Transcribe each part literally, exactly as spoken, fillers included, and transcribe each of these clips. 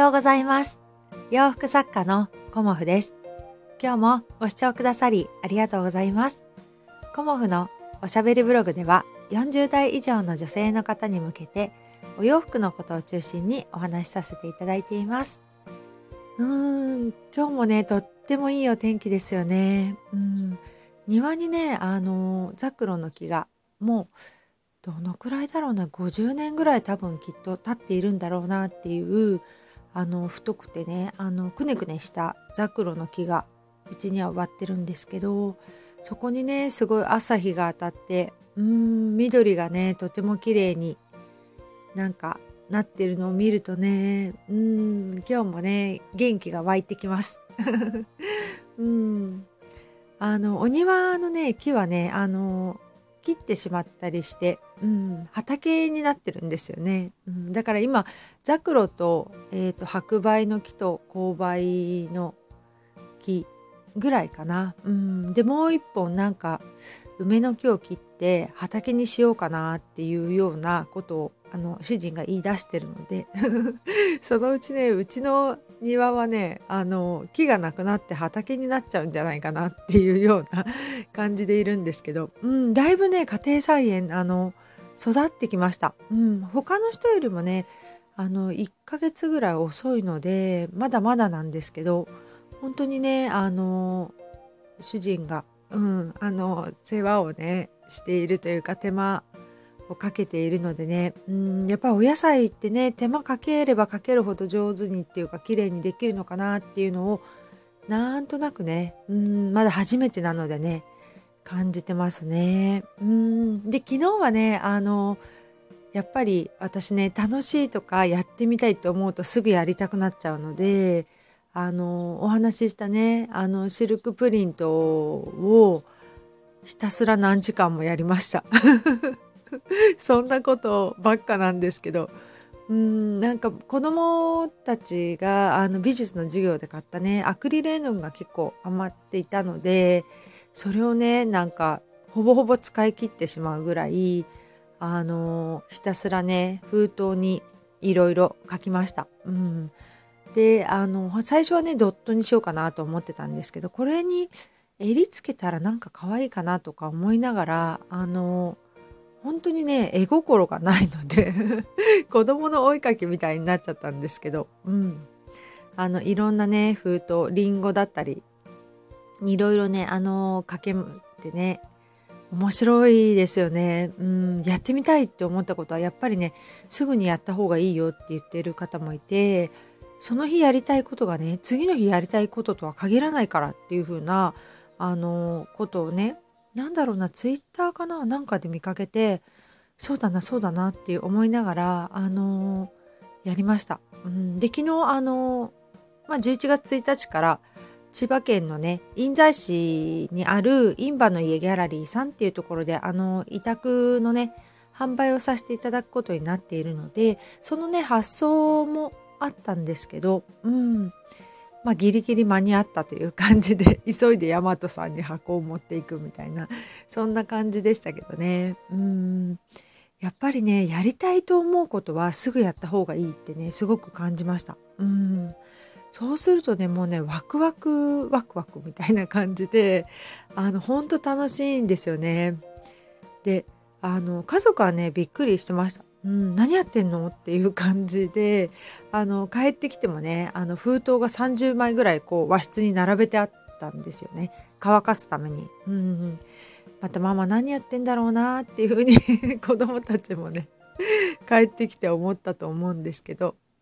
ようございます。洋服作家のコモフです。今日もご視聴くださりありがとうございます。コモフのおしゃべりブログではよんじゅう代以上の女性の方に向けてお洋服のことを中心にお話しさせていただいています。うーん、今日もね、とってもいいお天気ですよね。うん、庭にね、あの、ザクロの木がもうどのくらいだろうな、ごじゅうねんぐらい多分きっと経っているんだろうなっていうあの太くてね、あのくねくねしたザクロの木がうちには植わってるんですけど、そこにねすごい朝日が当たって、うーん緑がねとても綺麗になんかなってるのを見るとね、うーん今日もね元気が湧いてきます。うんあのお庭のね木はね、あの切ってしまったりして、うん、畑になってるんですよね。うん、だから今ザクロと,、えー、と白梅の木と紅梅の木ぐらいかな。うん、でもう一本なんか梅の木を切って畑にしようかなっていうようなことをあの主人が言い出してるのでそのうちね、うちの庭はね、あの木がなくなって畑になっちゃうんじゃないかなっていうような感じでいるんですけど、うん、だいぶね家庭菜園あの育ってきました。うん、他の人よりもねあのいっかげつぐらい遅いのでまだまだなんですけど、本当にねあの主人が、うん、あの世話をねしているというか手間をかけているのでね、うん、やっぱりお野菜ってね手間かければかけるほど上手にっていうか綺麗にできるのかなっていうのをなんとなくね、うん、まだ初めてなのでね感じてますね。うん、で昨日はねあのやっぱり私ね楽しいとかやってみたいと思うとすぐやりたくなっちゃうので、あのお話ししたねあのシルクプリントをひたすら何時間もやりました。そんなことばっかなんですけど、うーんなんか子供たちがあの美術の授業で買ったねアクリル絵の具が結構余っていたので、それをねなんかほぼほぼ使い切ってしまうぐらいあのひたすらね封筒にいろいろ書きました。うん、であの最初はねドットにしようかなと思ってたんですけど、これに襟つけたらなんか可愛いかなとか思いながら、あの本当にね絵心がないので子供の追いかけみたいになっちゃったんですけど、うん、あのいろんなね封筒リンゴだったりいろいろねあのかけてね面白いですよね。うん、やってみたいって思ったことはやっぱりねすぐにやった方がいいよって言っている方もいて、その日やりたいことがね次の日やりたいこととは限らないからっていう風なあのことをね、なんだろうな、ツイッターかななんかで見かけて、そうだなそうだなって思いながらあのやりました。うん、で昨日あの、まあ、じゅういちがつついたちから千葉県のね印西市にある印旛の家ギャラリーさんっていうところであの委託のね販売をさせていただくことになっているので、そのね発送もあったんですけど、うんまあギリギリ間に合ったという感じで急いで大和さんに箱を持っていくみたいなそんな感じでしたけどね。うんやっぱりねやりたいと思うことはすぐやった方がいいってねすごく感じました。うんそうするとねもうねワクワクワクワクみたいな感じであの本当楽しいんですよね。であの家族はねびっくりしてました。うん、何やってんのっていう感じで、あの帰ってきてもねあの封筒がさんじゅうまいぐらいこう和室に並べてあったんですよね、乾かすために。うん、またママ何やってんだろうなっていうふうに子供たちもね帰ってきて思ったと思うんですけど、うん、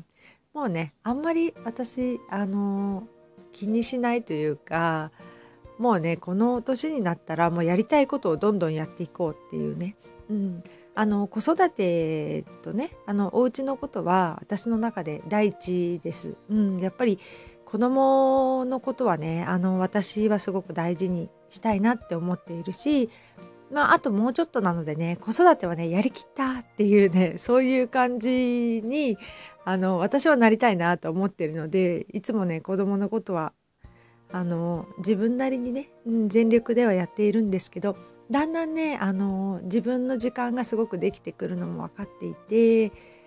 もうねあんまり私あの気にしないというか、もうねこの年になったらもうやりたいことをどんどんやっていこうっていうね、うん、あの子育てとねあのお家のことは私の中で第一です。うん、やっぱり子供のことはねあの私はすごく大事にしたいなって思っているし、まああともうちょっとなのでね子育てはねやりきったっていうねそういう感じにあの私はなりたいなと思っているので、いつもね子供のことはあの自分なりにね、うん、全力ではやっているんですけど、だんだんねあの自分の時間がすごくできてくるのも分かっていて、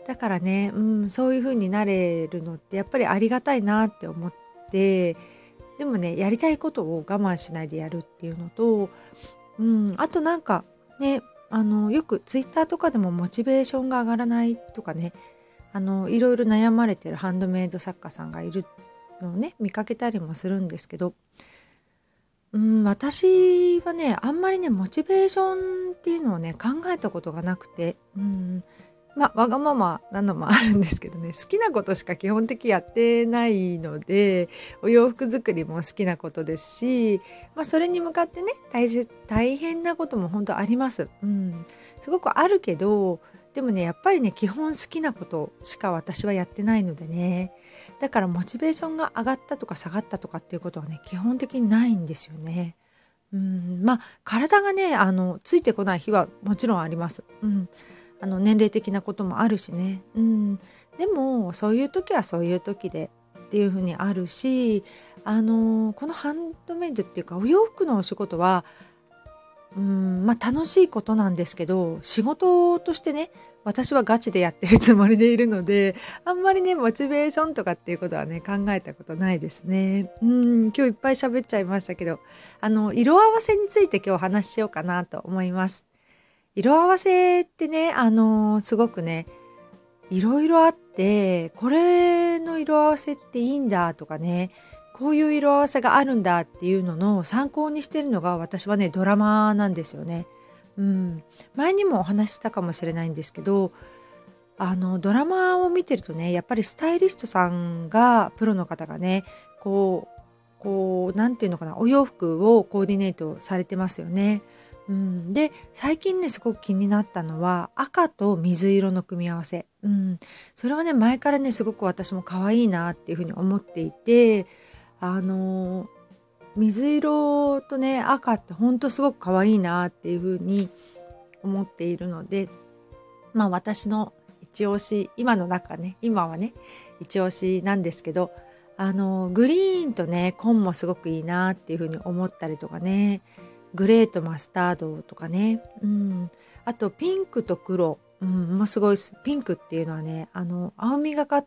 だからね、うん、そういう風になれるのってやっぱりありがたいなって思って、でもね、やりたいことを我慢しないでやるっていうのと、うん、あとなんかね、あのよくツイッターとかでもモチベーションが上がらないとかね、あのいろいろ悩まれてるハンドメイド作家さんがいるのをね見かけたりもするんですけど、うん、私はねあんまりねモチベーションっていうのをね考えたことがなくて、うん、まあわがままなのもあるんですけどね、好きなことしか基本的やってないので、お洋服作りも好きなことですし、まあ、それに向かってね大切大変なことも本当あります、うん、すごくあるけど、でもねやっぱりね基本好きなことしか私はやってないのでね、だからモチベーションが上がったとか下がったとかっていうことはね基本的にないんですよね。うん、まあ体がねあのついてこない日はもちろんあります。うん、あの年齢的なこともあるしね。うん、でもそういう時はそういう時でっていう風にあるし、あのこのハンドメイドっていうかお洋服のお仕事はうん、まあ楽しいことなんですけど、仕事としてね、私はガチでやってるつもりでいるので、あんまりね、モチベーションとかっていうことはね、考えたことないですね。うん、今日いっぱい喋っちゃいましたけど、あの、色合わせについて今日話しようかなと思います。色合わせってね、あの、すごくね、いろいろあって、これの色合わせっていいんだとかね、こういう色合わせがあるんだっていうのの参考にしてるのが私はね、ドラマなんですよね。うん。前にもお話ししたかもしれないんですけど、あの、ドラマを見てるとね、やっぱりスタイリストさんが、プロの方がね、こう、こう、なんていうのかな、お洋服をコーディネートされてますよね。うん、で、最近ね、すごく気になったのは、赤と水色の組み合わせ。うん、それはね、前からね、すごく私も可愛いなっていうふうに思っていて、あの水色とね、赤ってほんとすごく可愛いなっていうふうに思っているので、まあ私の一押し、今の中ね、今はね、一押しなんですけど、あの、グリーンとね、紺もすごくいいなっていうふうに思ったりとかね、グレーとマスタードとかね、うん、あとピンクと黒、うん、もうすごいす、ピンクっていうのはね、あの、青みがかった、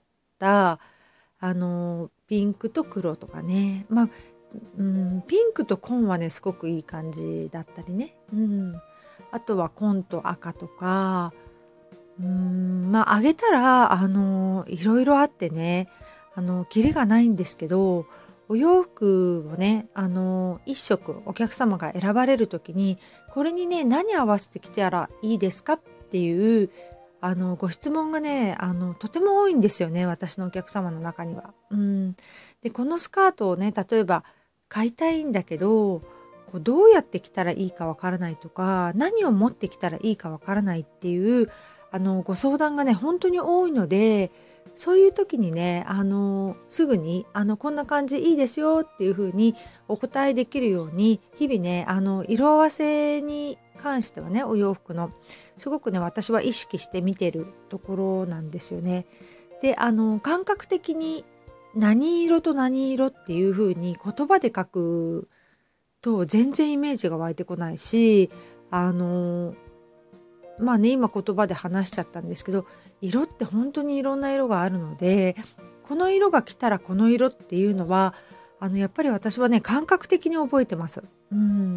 あの、ピンクと黒とかね、まあ、うん、ピンクと紺はね、すごくいい感じだったりね、うん、あとは紺と赤とか、うーん、まあ、あげたら、あの、いろいろあってね、あの、キリがないんですけど、お洋服をね、あの、一色お客様が選ばれる時に、これにね、何合わせてきたらいいですかっていう、あの、ご質問がね、あの、とても多いんですよね、私のお客様の中には。うん。で、このスカートをね、例えば買いたいんだけど、こうどうやって着たらいいかわからないとか、何を持ってきたらいいかわからないっていう、あの、ご相談がね、本当に多いので、そういう時にね、あの、すぐに、あの、こんな感じいいですよっていう風にお答えできるように、日々ね、あの、色合わせに関してはね、お洋服の、すごくね、私は意識して見てるところなんですよね。で、あの、感覚的に何色と何色っていう風に言葉で書くと全然イメージが湧いてこないし、あの、まあね、今言葉で話しちゃったんですけど、色って本当にいろんな色があるので、この色が来たらこの色っていうのは、あのやっぱり私はね、感覚的に覚えてます。うん。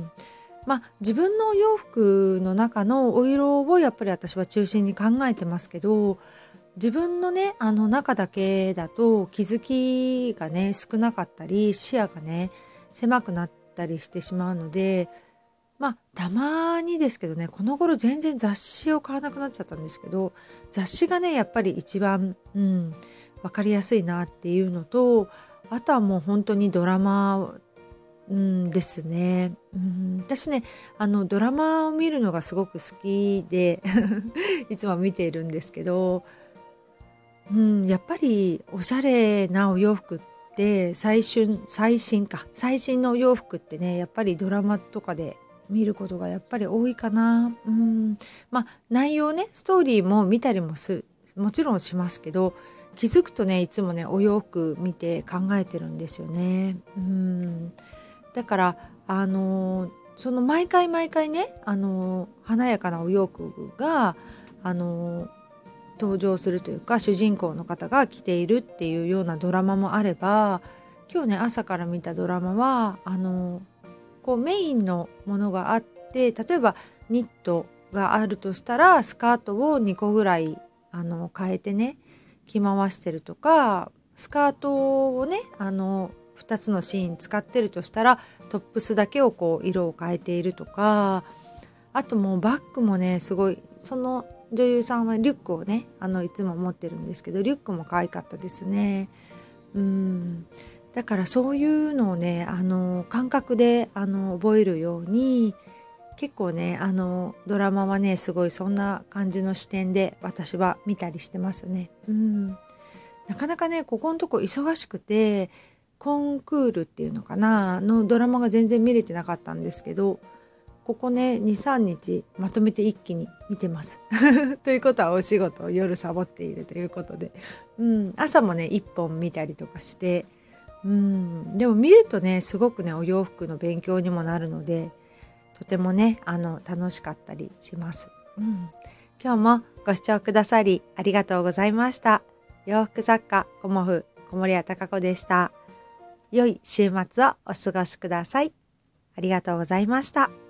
まあ自分のお洋服の中のお色をやっぱり私は中心に考えてますけど、自分のね、あの中だけだと気づきがね、少なかったり、視野がね、狭くなったりしてしまうので、まあ、たまにですけどね、この頃全然雑誌を買わなくなっちゃったんですけど、雑誌がね、やっぱり一番、うん、わかりやすいなっていうのと、あとはもう本当にドラマ、うん、ですね。うん、私ね、あの、ドラマを見るのがすごく好きでいつも見ているんですけど、うん、やっぱりおしゃれなお洋服って最新最新か最新のお洋服ってねやっぱりドラマとかで見ることがやっぱり多いかな。うん、まあ内容ねストーリーも見たりもすもちろんしますけど、気づくとねいつもねお洋服見て考えてるんですよね。うん、だからあのその毎回毎回ねあの華やかなお洋服があの登場するというか、主人公の方が着ているっていうようなドラマもあれば、今日ね朝から見たドラマはあのこうメインのものがあって、例えばニットがあるとしたらスカートをにこぐらいあの変えてね着回してるとか、スカートをねあのふたつのシーン使ってるとしたらトップスだけをこう色を変えているとか、あともうバッグもねすごい、その女優さんはリュックをねあのいつも持ってるんですけど、リュックも可愛かったですね。うんだからそういうのをねあの感覚であの覚えるように、結構ねあのドラマはねすごいそんな感じの視点で私は見たりしてますね。うんなかなかねここのとこ忙しくて、コンクールっていうのかなのドラマが全然見れてなかったんですけど、ここねにさんにちまとめて一気に見てますということはお仕事を夜サボっているということで、うん、朝もねいっぽん見たりとかして、うん、でも見るとねすごくねお洋服の勉強にもなるので、とてもねあの楽しかったりします、うん、今日もご視聴くださりありがとうございました。洋服作家コモフ小森屋貴子でした。良い週末をお過ごしください。ありがとうございました。